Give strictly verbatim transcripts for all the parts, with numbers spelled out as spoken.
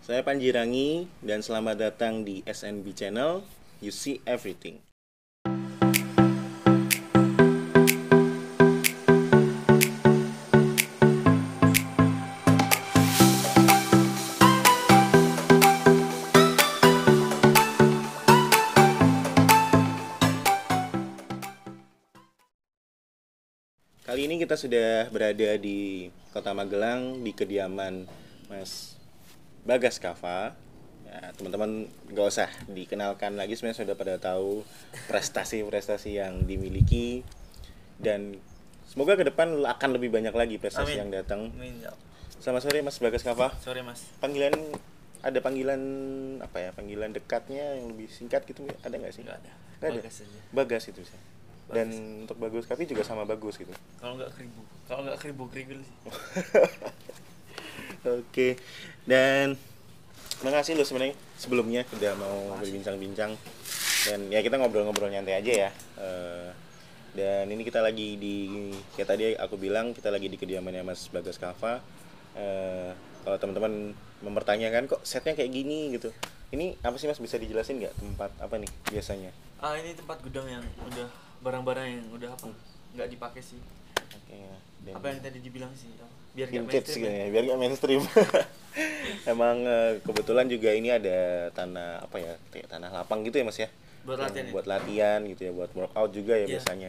Saya Panji Rangi dan selamat datang di S N B Channel. You see everything. Kali ini kita sudah berada di Kota Magelang di kediaman Mas Bagas Kava. Ya, teman-teman gak usah dikenalkan lagi, sebenarnya sudah pada tahu prestasi-prestasi yang dimiliki, dan semoga ke depan akan lebih banyak lagi prestasi Amin. yang datang. Amin, ya. Selamat sore Mas Bagas Kava. Sore mas. Panggilan ada panggilan apa ya? Panggilan dekatnya yang lebih singkat gitu ada nggak sih? Nggak ada. Nggak ada. Bagas aja. Bagas itu sih. Dan untuk Bagus Kavi juga sama bagus gitu. Kalau nggak keribu, kalau nggak keribu kerigil sih. Oke, dan terima kasih lo sebenarnya sebelumnya udah mau berbincang-bincang, dan ya kita ngobrol-ngobrol nyantai aja ya. Uh, dan ini kita lagi di, kayak tadi aku bilang, kita lagi di kediamannya Mas Bagas Kava. Uh, kalau teman-teman mempertanyakan kok setnya kayak gini gitu, ini apa sih Mas, bisa dijelasin nggak tempat apa nih biasanya? Ah ini tempat gudang yang udah barang-barang yang udah apa nggak dipakai sih. Oke, ya. Dan Apa yang tadi dibilang sih? Apa? Biar nggak vintage mainstream gitu ya. ya, biar nggak mainstream. Emang eh, kebetulan juga ini ada tanah apa ya, kayak tanah lapang gitu ya Mas ya, Buat yang latihan ya? buat latihan gitu ya, buat workout juga ya Iya. biasanya.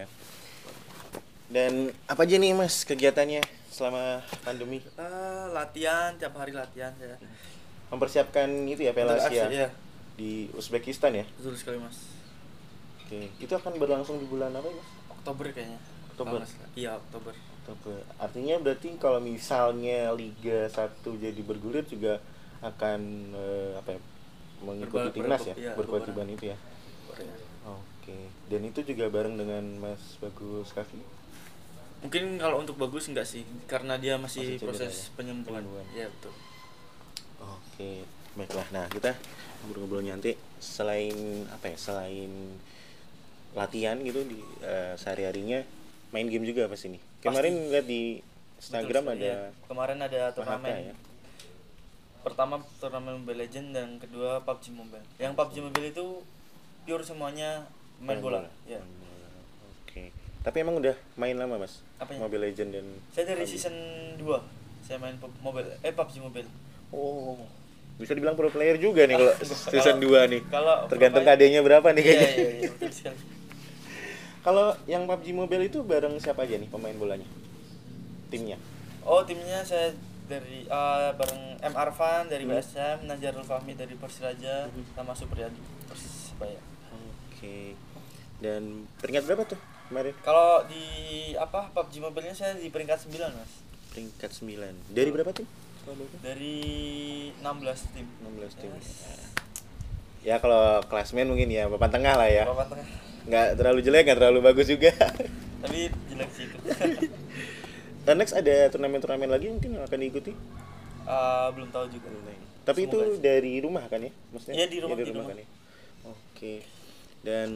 Dan apa aja nih Mas kegiatannya selama pandemi? Ah, latihan tiap hari latihan ya. Mempersiapkan itu ya, Untuk Pelasia aksi, ya. di Uzbekistan ya. Betul sekali mas. Oke, itu akan berlangsung di bulan apa ya Mas? Oktober kayaknya. Oktober. Kalau nggak salah. Iya Oktober. Oktober. Artinya berarti kalau misalnya Liga satu jadi bergulir juga akan eh, apa ya, mengikuti Berba- timnas berba- ya, iya, berkewajiban berbareng. itu ya. Oktober. Oke. Dan itu juga bareng dengan Mas Bagus Kavi. Mungkin kalau untuk bagus enggak sih, karena dia masih, Masih cedera proses ya? penyembuhan. Penyembuhan. Iya betul. Oke, baiklah. Nah, kita ngobrol-ngobrol nyantai selain apa ya? Selain latihan gitu di uh, sehari-harinya main game juga pas ini. Kemarin lihat di Instagram Betul sekali, ada ya. Kemarin ada turnamen. Mahaka ya. Pertama turnamen Mobile Legends dan kedua P U B G Mobile. Yang P U B G Mobile itu pure semuanya main bola. Ya. Main bola. Oke. Tapi emang udah main lama, Mas? Apanya? Mobile Legend dan Saya dari P U B G. season dua saya main P U B G Mobile eh P U B G Mobile. Oh. Bisa dibilang pro player juga nih kalau season Kalau- dua nih. kalau Tergantung pro K D-nya berapa nih Iya kayaknya. iya iya betul sekali. Kalau yang P U B G Mobile itu bareng siapa aja nih pemain bolanya? Timnya? Oh, timnya saya dari uh, bareng M Arfan dari Hmm. B S M, Nazarul Fahmi dari Persiraja, sama Supriyadi Persibaya. Oke. Dan peringkat berapa tuh kemarin? Kalau di apa P U B G Mobile-nya saya di peringkat sembilan, Mas. Peringkat sembilan. Dari berapa tim? Kalau boleh tahu? Dari enam belas tim. enam belas tim. Yes. Ya kalau klasmen mungkin ya papan tengah lah ya. Papan tengah. Nggak terlalu jelek, nggak terlalu bagus juga. Tapi jelek sih itu. Dan next ada turnamen-turnamen lagi mungkin yang akan diikuti? Uh, belum tahu juga. Tapi itu Semoga sih. dari rumah kan ya? Maksudnya? Iya, di rumah, Ya, di rumah. kan ya? Oke. Dan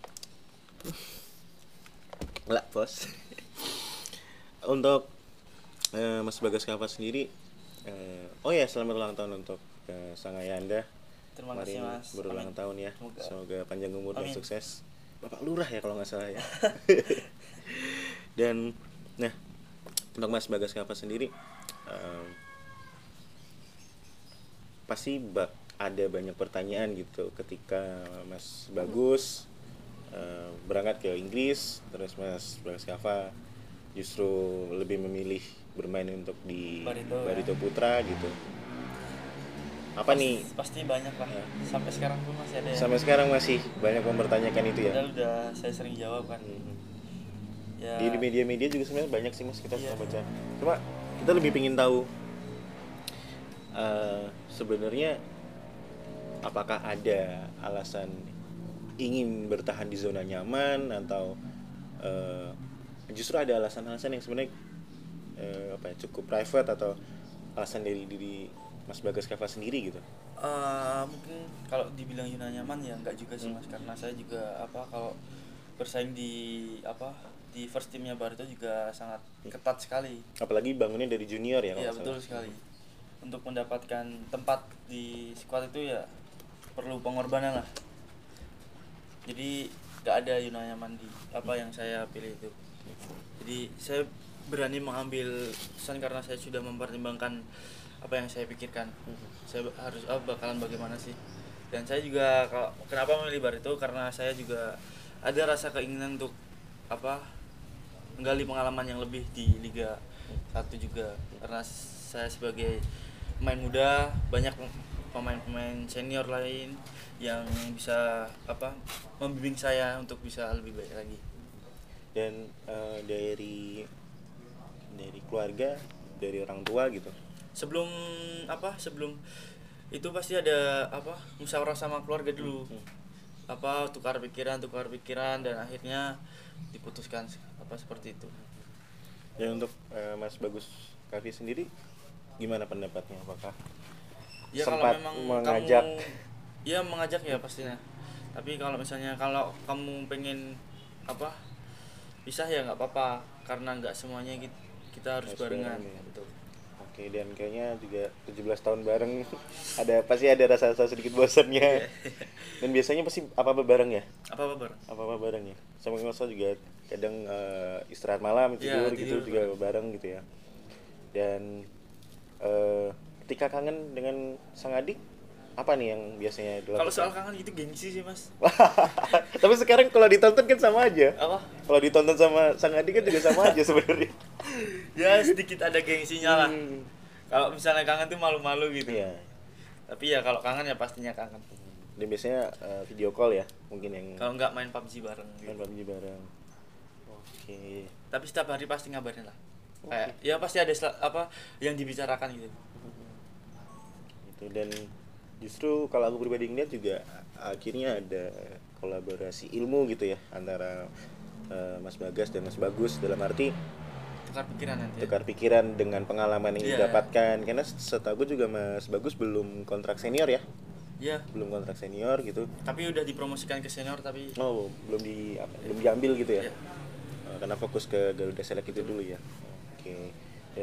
lah bos. Untuk eh, Mas Bagas Kava sendiri, eh, oh ya selamat ulang tahun untuk eh, sang ayahanda. Terima kasih, Kemarin Mas. berulang Amin. tahun ya. Semoga. Semoga panjang umur dan Amin. sukses. Bapak Lurah ya kalau nggak salah ya. Dan nah, untuk Mas Bagas Kava sendiri, em, pasti bak ada banyak pertanyaan gitu ketika Mas Bagus eh, berangkat ke Inggris, terus Mas Bagas Kava justru lebih memilih bermain untuk di Barito, ya. Barito Putra gitu. Apa Pasti- nih? Pasti banyak lah. Ya. Sampai sekarang pun masih ada. Sampai sekarang masih banyak mempertanyakan itu ya. Padahal udah saya sering jawab kan. Hmm. Ya. Di di media-media juga sebenarnya banyak sih Mas, kita Iya. suka baca. Cuma kita lebih pengen tahu eh, sebenarnya apakah ada alasan ingin bertahan di zona nyaman, atau eh, justru ada alasan-alasan yang sebenarnya eh, apa ya, cukup private, atau alasan dari diri Mas Bagas Kava sendiri gitu. Eh, mungkin kalau dibilang zona nyaman ya enggak juga sih Hmm. Mas, karena saya juga apa kalau bersaing di apa di first teamnya Barito juga sangat ketat sekali. Apalagi bangunnya dari junior ya kalau Iya nggak betul salah. sekali. untuk mendapatkan tempat di squad itu ya perlu pengorbanan lah. Jadi gak ada Yuna nyaman di apa yang saya pilih itu. Jadi saya berani mengambil keputusan karena saya sudah mempertimbangkan apa yang saya pikirkan. Saya harus oh, bakalan bagaimana sih. Dan saya juga kalau kenapa memilih Barito karena saya juga ada rasa keinginan untuk apa menggali pengalaman yang lebih di Liga satu juga, karena saya sebagai pemain muda banyak pemain-pemain senior lain yang bisa apa membimbing saya untuk bisa lebih baik lagi. Dan uh, dari dari keluarga, dari orang tua gitu. Sebelum apa sebelum itu pasti ada apa musyawarah sama keluarga dulu. Hmm. Apa tukar pikiran, tukar pikiran dan akhirnya diputuskan apa seperti itu. Dan untuk uh, Mas Bagus Kavi sendiri gimana pendapatnya, apakah ya sempat kalau memang mengajak kamu, ya mengajak ya pastinya, tapi kalau misalnya kalau kamu pengen apa pisah ya nggak apa-apa karena nggak semuanya kita, kita harus harus barengan ya. betul. Oke, dan kayaknya juga tujuh belas tahun bareng ada pasti ada rasa-rasa sedikit bosannya. Dan biasanya pasti apa-apa bareng ya? Apa-apa bareng. Apa-apa bareng ya. Sama Ngoso juga kadang uh, istirahat malam tidur, ya, gitu tidur juga bareng gitu ya. Dan uh, ketika kangen dengan sang adik apa nih yang biasanya dilakukan? Kalau soal kangen gitu gengsi sih mas. Tapi sekarang kalau ditonton kan sama aja. Apa? Kalau ditonton sama sang adik kan juga sama aja sebenarnya. Ya sedikit ada gengsinya lah. Hmm. Kalau misalnya kangen tuh malu-malu gitu. Iya. Tapi ya kalau kangen ya pastinya kangen. Dan biasanya uh, video call ya mungkin yang. Kalau nggak main P U B G bareng. Main Gitu. P U B G bareng. Oke. Tapi setiap hari pasti ngabarin lah. Okay. Kayak ya pasti ada apa yang dibicarakan gitu. Itu dan justru kalau aku pribadi ngeliat juga akhirnya ada kolaborasi ilmu gitu ya antara uh, Mas Bagas dan Mas Bagus, dalam arti tukar pikiran nanti. Tukar ya? pikiran dengan pengalaman yang yeah. didapatkan. Karena setahu gue juga Mas Bagus belum kontrak senior ya. Iya. Yeah. Belum kontrak senior gitu. Tapi udah dipromosikan ke senior tapi oh belum di apa, belum diambil gitu ya. Yeah. Uh, karena fokus ke Garuda Select itu dulu ya. Oke. Okay. Dan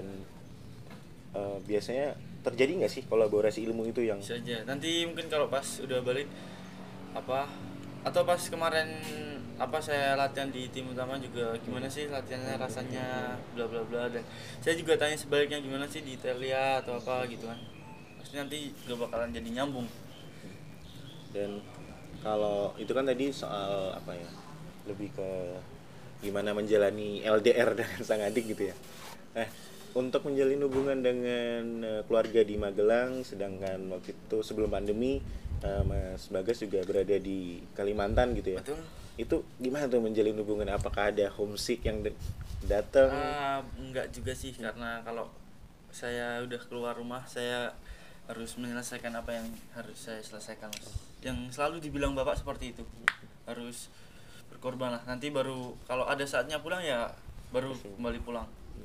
uh, biasanya terjadi nggak sih kolaborasi ilmu itu yang bisa aja nanti mungkin kalau pas udah balik apa atau pas kemarin apa saya latihan di tim utama juga gimana sih latihannya rasanya bla bla bla, dan saya juga tanya sebaliknya gimana sih di Italia atau apa gitu kan, pasti nanti gak bakalan jadi nyambung. Dan kalau itu kan tadi soal apa ya, lebih ke gimana menjalani L D R dengan sang adik gitu ya. Nah, untuk menjalin hubungan dengan uh, keluarga di Magelang, sedangkan waktu itu sebelum pandemi uh, Mas Bagas juga berada di Kalimantan gitu ya. Betul. Itu gimana tuh menjalin hubungan? Apakah ada homesick yang de- datang? Uh, enggak juga sih, karena kalau saya udah keluar rumah saya harus menyelesaikan apa yang harus saya selesaikan, Mas. Yang selalu dibilang bapak seperti itu, harus berkorban lah. Nanti baru kalau ada saatnya pulang ya baru kembali pulang.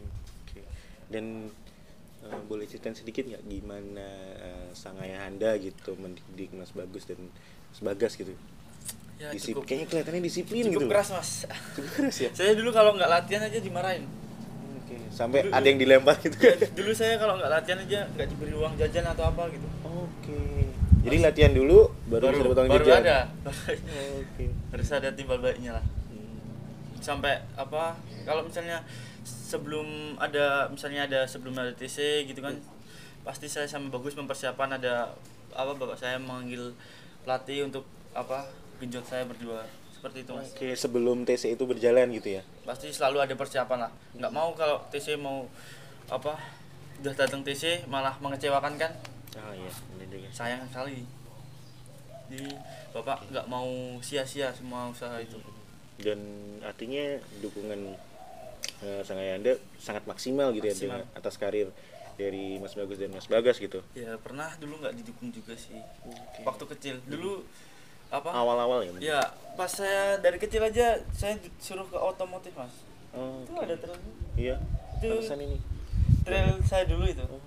Dan uh, boleh ceritain sedikit nggak gimana uh, sang ayah anda gitu mendidik Mas Bagus dan Mas Bagas gitu? Ya, Disip- cukup, kayaknya kelihatannya disiplin cukup gitu. Cukup keras mas. Cukup keras ya. Saya dulu kalau nggak latihan aja dimarahin. Oke. Sampai dulu, ada yang dilempar gitu kan? Ya, dulu saya kalau nggak latihan aja nggak diberi uang jajan atau apa gitu. Oke. Jadi latihan dulu baru, baru bisa dapat uang baru jajan. Ada. Oke. Harus ada timbal baliknya lah. Hmm. Sampai apa? Kalau misalnya sebelum ada misalnya ada sebelum ada T C gitu kan, hmm. pasti saya sama Bagus mempersiapkan ada apa bapak saya memanggil pelatih untuk apa genjot saya berdua seperti itu mas. Oke, sebelum T C itu berjalan gitu ya? Pasti selalu ada persiapan lah. Nggak mau kalau T C mau apa udah datang T C malah mengecewakan kan? Oh iya, sayang sekali. Jadi bapak nggak mau sia-sia semua usaha itu. Dan artinya dukungan Uh, sang ayah anda sangat maksimal gitu maksimal. ya dengan atas karir dari Mas Bagus dan Mas Bagas gitu. Ya pernah dulu nggak didukung juga sih. Okay. Waktu kecil dulu apa? Awal-awal ya? Ya pas saya dari kecil aja saya suruh ke otomotif mas. Oh, itu okay. ada trail. Iya. Itu ini. Trail saya dulu itu. Oh,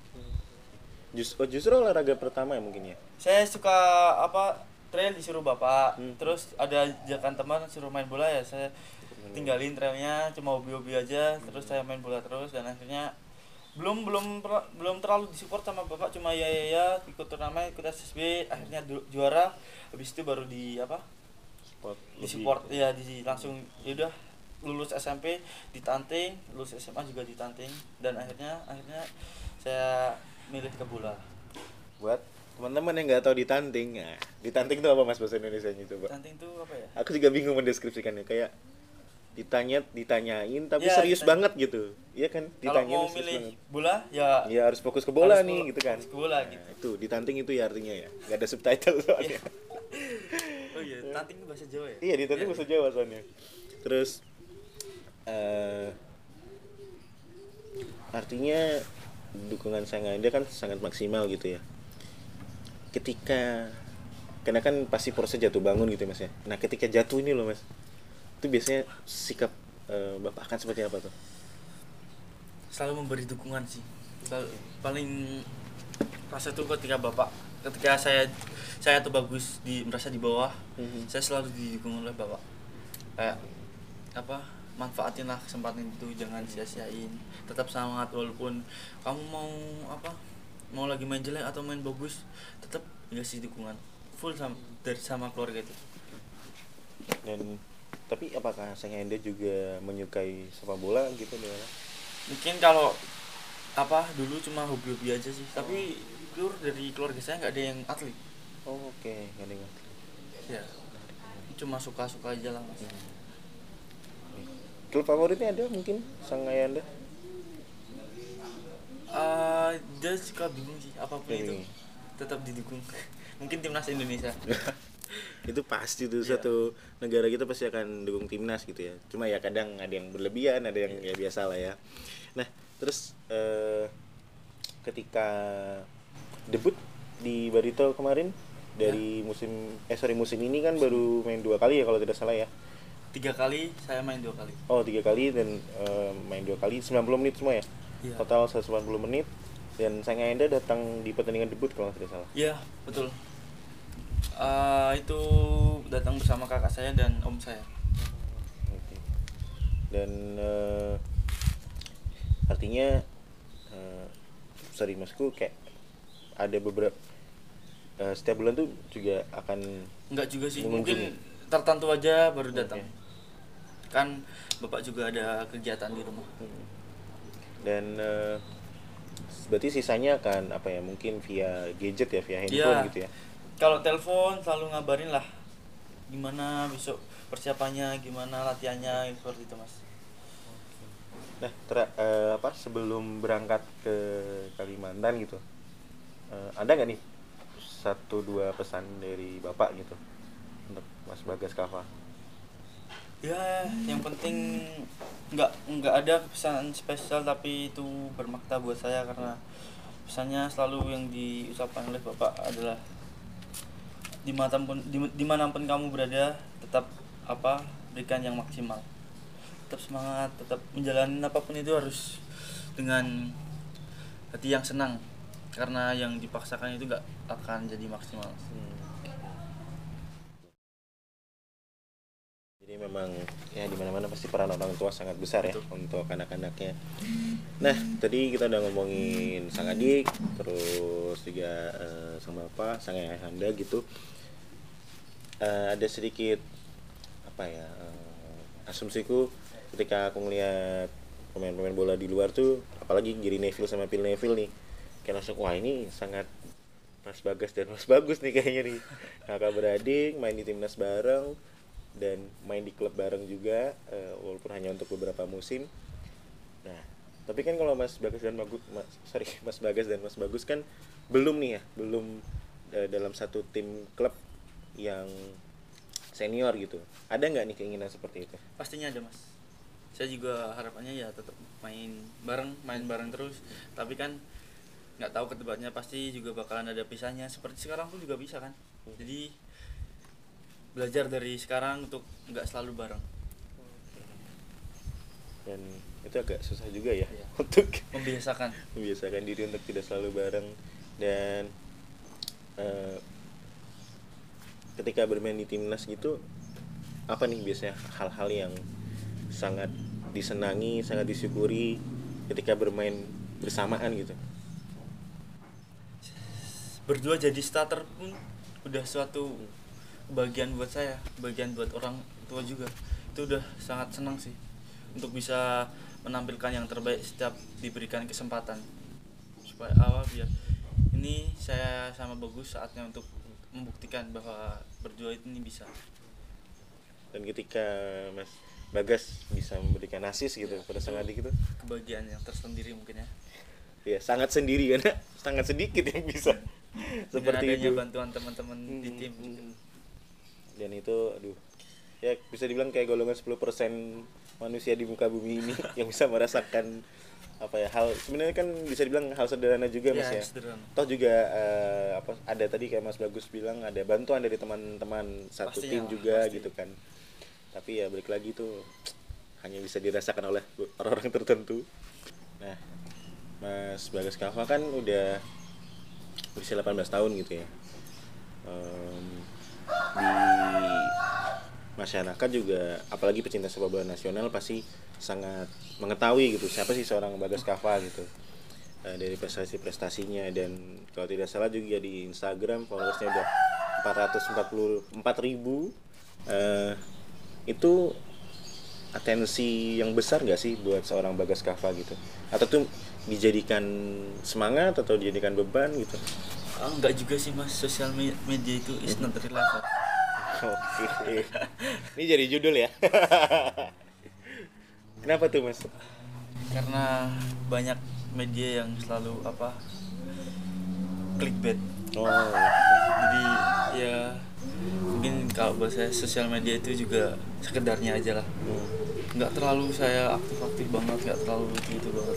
Just, oh, justru olahraga pertama ya mungkin ya. Saya suka apa trail disuruh bapak, hmm. terus ada ajakan teman suruh main bola ya saya tinggalin trailnya cuma hobi-hobi aja, terus saya main bola terus dan akhirnya belum belum per- belum terlalu disupport sama bapak, cuma ya ya ya ikut turnamen, ikut S S B, akhirnya du- juara. Habis itu baru di apa Sport di lebih- support ya, di langsung ya udah lulus S M P ditanting, lulus S M A juga ditanting, dan akhirnya akhirnya saya milih ke bola. Buat teman-teman yang nggak tahu ditanting, nah, ditanting itu apa mas bahasa Indonesianya coba? Tanting tuh apa ya? Aku juga bingung mendeskripsikannya, kayak ditanya ditanyain tapi Ya, serius ditanya. banget gitu, iya kan? Kalau Ditanyain mau serius milih banget. bola ya Ya harus fokus ke bola harus nih bola- gitu kan. fokus ke bola Nah, gitu. itu ditanting itu ya artinya ya, nggak ada subtitle soalnya. Oh iya, tanting itu bahasa Jawa ya? Iya ditanting Iya. bahasa Jawa soalnya. Terus eh artinya dukungan sang Anda kan sangat maksimal gitu ya. Ketika karena kan pasti proses jatuh bangun gitu ya mas ya. Nah ketika jatuh ini loh mas, itu biasanya sikap eh, bapak akan seperti apa tuh? Selalu memberi dukungan sih. Selalu- paling rasa tuh ketika bapak, ketika saya saya tuh bagus di merasa di bawah, Mhm. saya selalu didukung oleh bapak. Kayak apa? Manfaatinlah kesempatan itu, jangan sia-siain. Tetap semangat walaupun kamu mau apa? Mau lagi main jelek atau main bagus, tetap dikasih dukungan full sama dari sama keluarga itu. Dan tapi apakah sang Anda juga menyukai sepak bola gitu nih? Mungkin kalau apa dulu cuma hobi-hobi aja sih, tapi keluar dari keluarga saya nggak ada yang atlet. Oh, oke, okay. Nggak ada yang ngerti. Ya, cuma suka-suka aja lah mas. Klub favoritnya ada mungkin sang ayah Anda? Eh, dia suka bingung sih, apapun itu Bingung. tetap didukung. Mungkin timnas Indonesia. Itu pasti tuh Iya. satu negara kita pasti akan dukung timnas gitu ya. Cuma ya kadang ada yang berlebihan, ada yang ya biasa lah ya. Nah, terus eh, ketika debut di Barito kemarin dari musim eh sorry musim ini kan baru main dua kali ya kalau tidak salah ya. Tiga kali saya main dua kali. Oh tiga kali dan eh, main dua kali sembilan puluh menit semua ya. Iya. Total seratus sembilan puluh menit dan sang Anda datang di pertandingan debut kalau tidak salah. Iya betul. Eh, itu datang bersama kakak saya dan om saya. Oke. Dan eh, artinya eh, sorry masku kayak ada beberapa eh, setiap bulan tuh juga akan Enggak juga sih, mengunjungi. mungkin tertentu aja baru datang. Oke. Kan bapak juga ada kegiatan di rumah. Dan eh, berarti sisanya akan apa ya mungkin via gadget ya via handphone Iya. gitu ya. Kalau telepon selalu ngabarin lah gimana besok persiapannya, gimana latihannya, seperti itu mas. Nah ter- eh, apa sebelum berangkat ke Kalimantan gitu eh, ada nggak nih satu dua pesan dari bapak gitu untuk Mas Bagas Kava? Ya, yang penting nggak nggak ada pesan spesial, tapi itu bermakna buat saya karena pesannya selalu yang diucapkan oleh bapak adalah dimanapun di- dimanapun kamu berada tetap apa berikan yang maksimal, tetap semangat, tetap menjalani apapun itu harus dengan hati yang senang karena yang dipaksakan itu nggak akan jadi maksimal. Jadi memang ya di mana-mana pasti peran orang tua sangat besar ya Betul. untuk anak-anaknya. Nah, tadi kita udah ngomongin sang adik, terus juga eh, sang bapak, sang ayahanda gitu. Eh, ada sedikit apa ya eh, asumsiku ketika aku ngeliat pemain-pemain bola di luar tuh, apalagi Gary Neville sama Phil Neville nih, kayak langsung wah ini sangat Mas Bagas dan Mas Bagus nih kayaknya nih, kakak beradik main di timnas bareng dan main di klub bareng juga eh, walaupun hanya untuk beberapa musim. Nah, tapi kan kalau Mas Bagas dan Bagus, Mas, sorry Mas Bagas dan Mas Bagus kan belum nih ya, belum eh, dalam satu tim klub yang senior gitu. Ada nggak nih keinginan seperti itu? Pastinya ada mas. Saya juga harapannya ya tetap main bareng, main bareng terus. Tapi kan nggak tahu ketebaknya pasti juga bakalan ada pisahnya. Seperti sekarang pun juga bisa kan. Jadi belajar dari sekarang untuk nggak selalu bareng. Dan itu agak susah juga ya Iya. untuk Membiasakan. membiasakan diri untuk tidak selalu bareng. Dan eh, ketika bermain di timnas gitu, apa nih biasanya hal-hal yang sangat disenangi, sangat disyukuri ketika bermain bersamaan gitu. Berdua jadi starter pun udah suatu kebahagiaan buat saya, kebahagiaan buat orang tua juga. Itu udah sangat senang sih untuk bisa menampilkan yang terbaik setiap diberikan kesempatan. Supaya awal biar ini saya sama Bagus saatnya untuk membuktikan bahwa berdua itu ini bisa. Dan ketika Mas Bagas bisa memberikan asis gitu ya, pada sang adik itu kebahagiaan yang tersendiri mungkin ya. Ya sangat sendiri karena sangat sedikit yang bisa seperti adanya itu. Bantuan teman-teman hmm, di tim. Hmm. Dan itu aduh ya bisa dibilang kayak golongan sepuluh persen manusia di muka bumi ini yang bisa merasakan apa ya hal sebenarnya kan bisa dibilang hal sederhana juga Mas ya. ya. Toh juga uh, apa ada tadi kayak Mas Bagus bilang ada bantuan dari teman-teman satu Pastinya, tim juga pasti. Gitu kan. Tapi ya balik lagi tuh hanya bisa dirasakan oleh orang-orang tertentu. Nah, Mas Bagas Kava kan udah berusia delapan belas tahun gitu ya. Um, di masyarakat juga apalagi pecinta sepak bola nasional pasti sangat mengetahui gitu siapa sih seorang Bagas Kava gitu. Uh, dari prestasi-prestasinya dan kalau tidak salah juga di Instagram followersnya udah empat ratus empat puluh empat ribu. Uh, itu atensi yang besar gak sih buat seorang Bagas Kava gitu? Atau tuh dijadikan semangat atau dijadikan beban gitu? Oh, enggak juga sih Mas, sosial media itu is not relevant. Oke. Ini jadi judul ya. Kenapa tuh Mas? Karena banyak media yang selalu apa? Clickbait. Oh. Jadi ya mungkin kalau buat saya sosial media itu juga sekedarnya aja lah. Hmm. Nggak terlalu saya aktif-aktif banget, nggak terlalu gitu banget.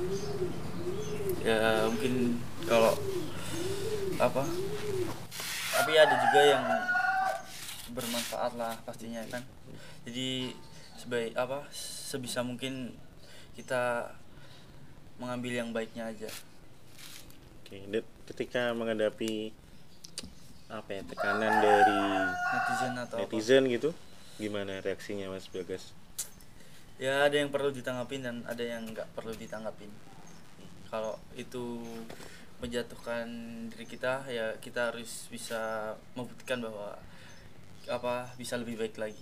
Ya mungkin kalau apa? Tapi ada juga yang bermanfaat lah pastinya kan. Jadi sebaik apa? Sebisa mungkin kita mengambil yang baiknya aja. Oke, ketika menghadapi apa ya tekanan dari netizen atau netizen apa? Gitu, gimana reaksinya Mas Bagas? Ya ada yang perlu ditanggapin dan ada yang nggak perlu ditanggapin. Kalau itu menjatuhkan diri kita, ya kita harus bisa membuktikan bahwa apa bisa lebih baik lagi.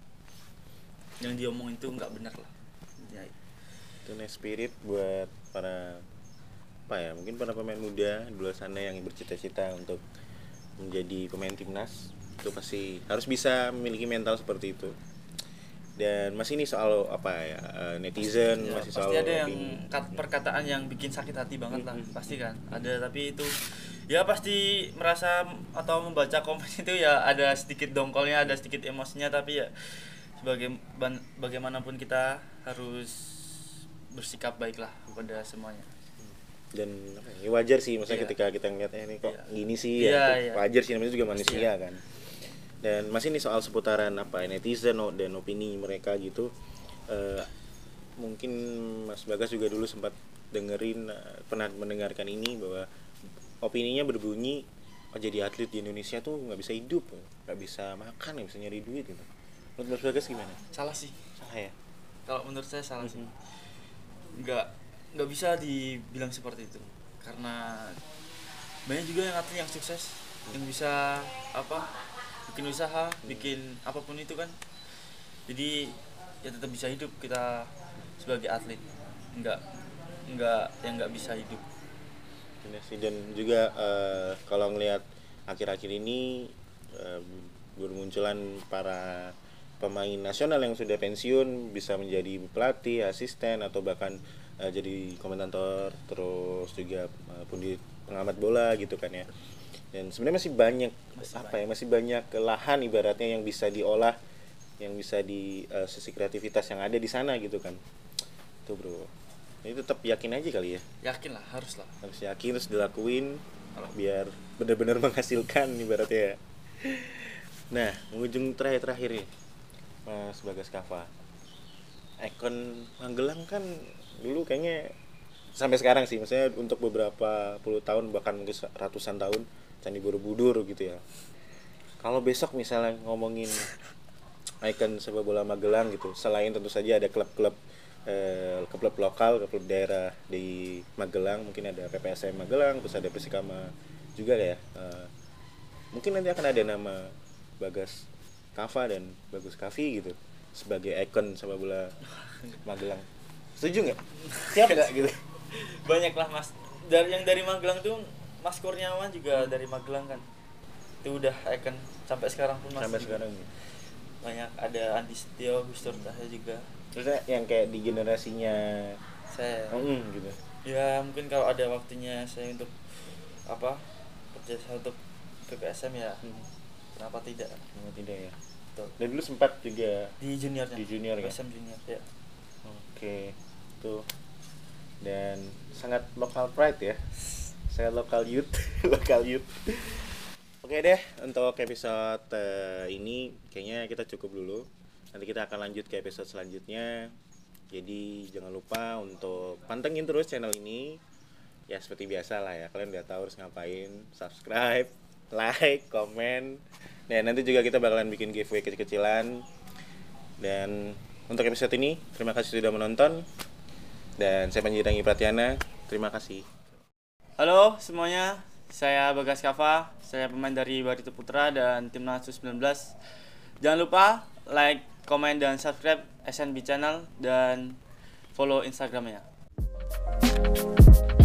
Yang diomong itu nggak benar lah. Ya. Itu spirit buat para apa ya mungkin para pemain muda di luar sana yang bercita-cita untuk menjadi pemain timnas itu pasti harus bisa memiliki mental seperti itu. Dan masih ini soal apa ya netizen ya, masih soal pasti ada yang kat, perkataan yang bikin sakit hati banget lah mm-hmm. Pasti kan ada, tapi itu ya pasti merasa atau membaca komen itu ya ada sedikit dongkolnya, ada sedikit emosinya, tapi ya sebagai bagaimanapun kita harus bersikap baiklah kepada semuanya. Dan ya wajar sih maksudnya yeah. Ketika kita ngeliatnya ini kok yeah. Gini sih yeah, ya yeah. Wajar sih namanya juga manusia yeah. Kan. Dan masih ini soal seputaran apa netizen dan opini mereka gitu. Uh, mungkin Mas Bagas juga dulu sempat dengerin uh, pernah mendengarkan ini bahwa opininya berbunyi oh jadi atlet di Indonesia tuh nggak bisa hidup, nggak bisa makan, nggak bisa nyari duit gitu. Menurut Mas Bagas gimana? Salah sih. Salah ya. Kalau menurut saya salah mm-hmm. sih. Nggak nggak bisa dibilang seperti itu karena banyak juga yang atlet yang sukses yang bisa apa bikin usaha bikin apapun itu kan, jadi ya tetap bisa hidup kita sebagai atlet, nggak nggak yang nggak bisa hidup. Dan juga uh, kalau ngelihat akhir-akhir ini uh, bermunculan para pemain nasional yang sudah pensiun bisa menjadi pelatih, asisten atau bahkan Uh, jadi komentator terus juga uh, pundit pengamat bola gitu kan ya. Dan sebenarnya masih banyak masih apa banyak. ya masih banyak lahan ibaratnya yang bisa diolah, yang bisa di uh, sisi kreativitas yang ada di sana gitu kan. Tuh bro, ini tetap yakin aja kali ya. Yakin lah, harus lah. Harus yakin terus dilakuin biar benar-benar menghasilkan ibaratnya. Nah, mengunjung terakhir-terakhir nih Mas Bagas Kava. Ikon Magelang kan dulu kayaknya sampai sekarang sih, maksudnya untuk beberapa puluh tahun bahkan mungkin ratusan tahun Candi Borobudur gitu ya. Kalau besok misalnya ngomongin ikon sepak bola Magelang gitu, selain tentu saja ada klub-klub eh, klub lokal, klub daerah di Magelang, mungkin ada P P S M Magelang, terus ada Persikama juga ya. Eh, mungkin nanti akan ada nama Bagas Kava dan Bagus Kavi gitu sebagai ikon sepak bola Magelang. Setuju nggak? Siap nggak gitu? Banyak lah mas, dari yang dari Magelang tuh Mas Kurniawan juga dari Magelang kan, itu udah icon sampai sekarang pun masih Sampai sekarang. banyak. Ada Andi Setio, Gustur Cahya juga. Terus yang kayak di generasinya Saya mm, gitu. ya mungkin kalau ada waktunya saya untuk apa kerja untuk P P S M ya, Hmm. kenapa tidak? Kenapa tidak ya? Betul. Dan dulu sempat juga Di juniornya, di junior P ya. P S M junior ya. Oke, tuh. Dan sangat lokal pride ya. Sangat lokal youth, lokal youth. Oke deh, untuk episode uh, ini kayaknya kita cukup dulu. Nanti kita akan lanjut ke episode selanjutnya. Jadi jangan lupa untuk pantengin terus channel ini. Ya seperti biasa lah ya, kalian udah tahu harus ngapain. Subscribe, like, komen. Dan nanti juga kita bakalan bikin giveaway kecil-kecilan. Dan untuk episode ini, terima kasih sudah menonton. Dan saya Panji Dangi Pratiana. Terima kasih. Halo semuanya, saya Bagas Kava, saya pemain dari Barito Putra dan Timnas U sembilan belas. Jangan lupa like, komen, dan subscribe S N B Channel dan follow Instagramnya.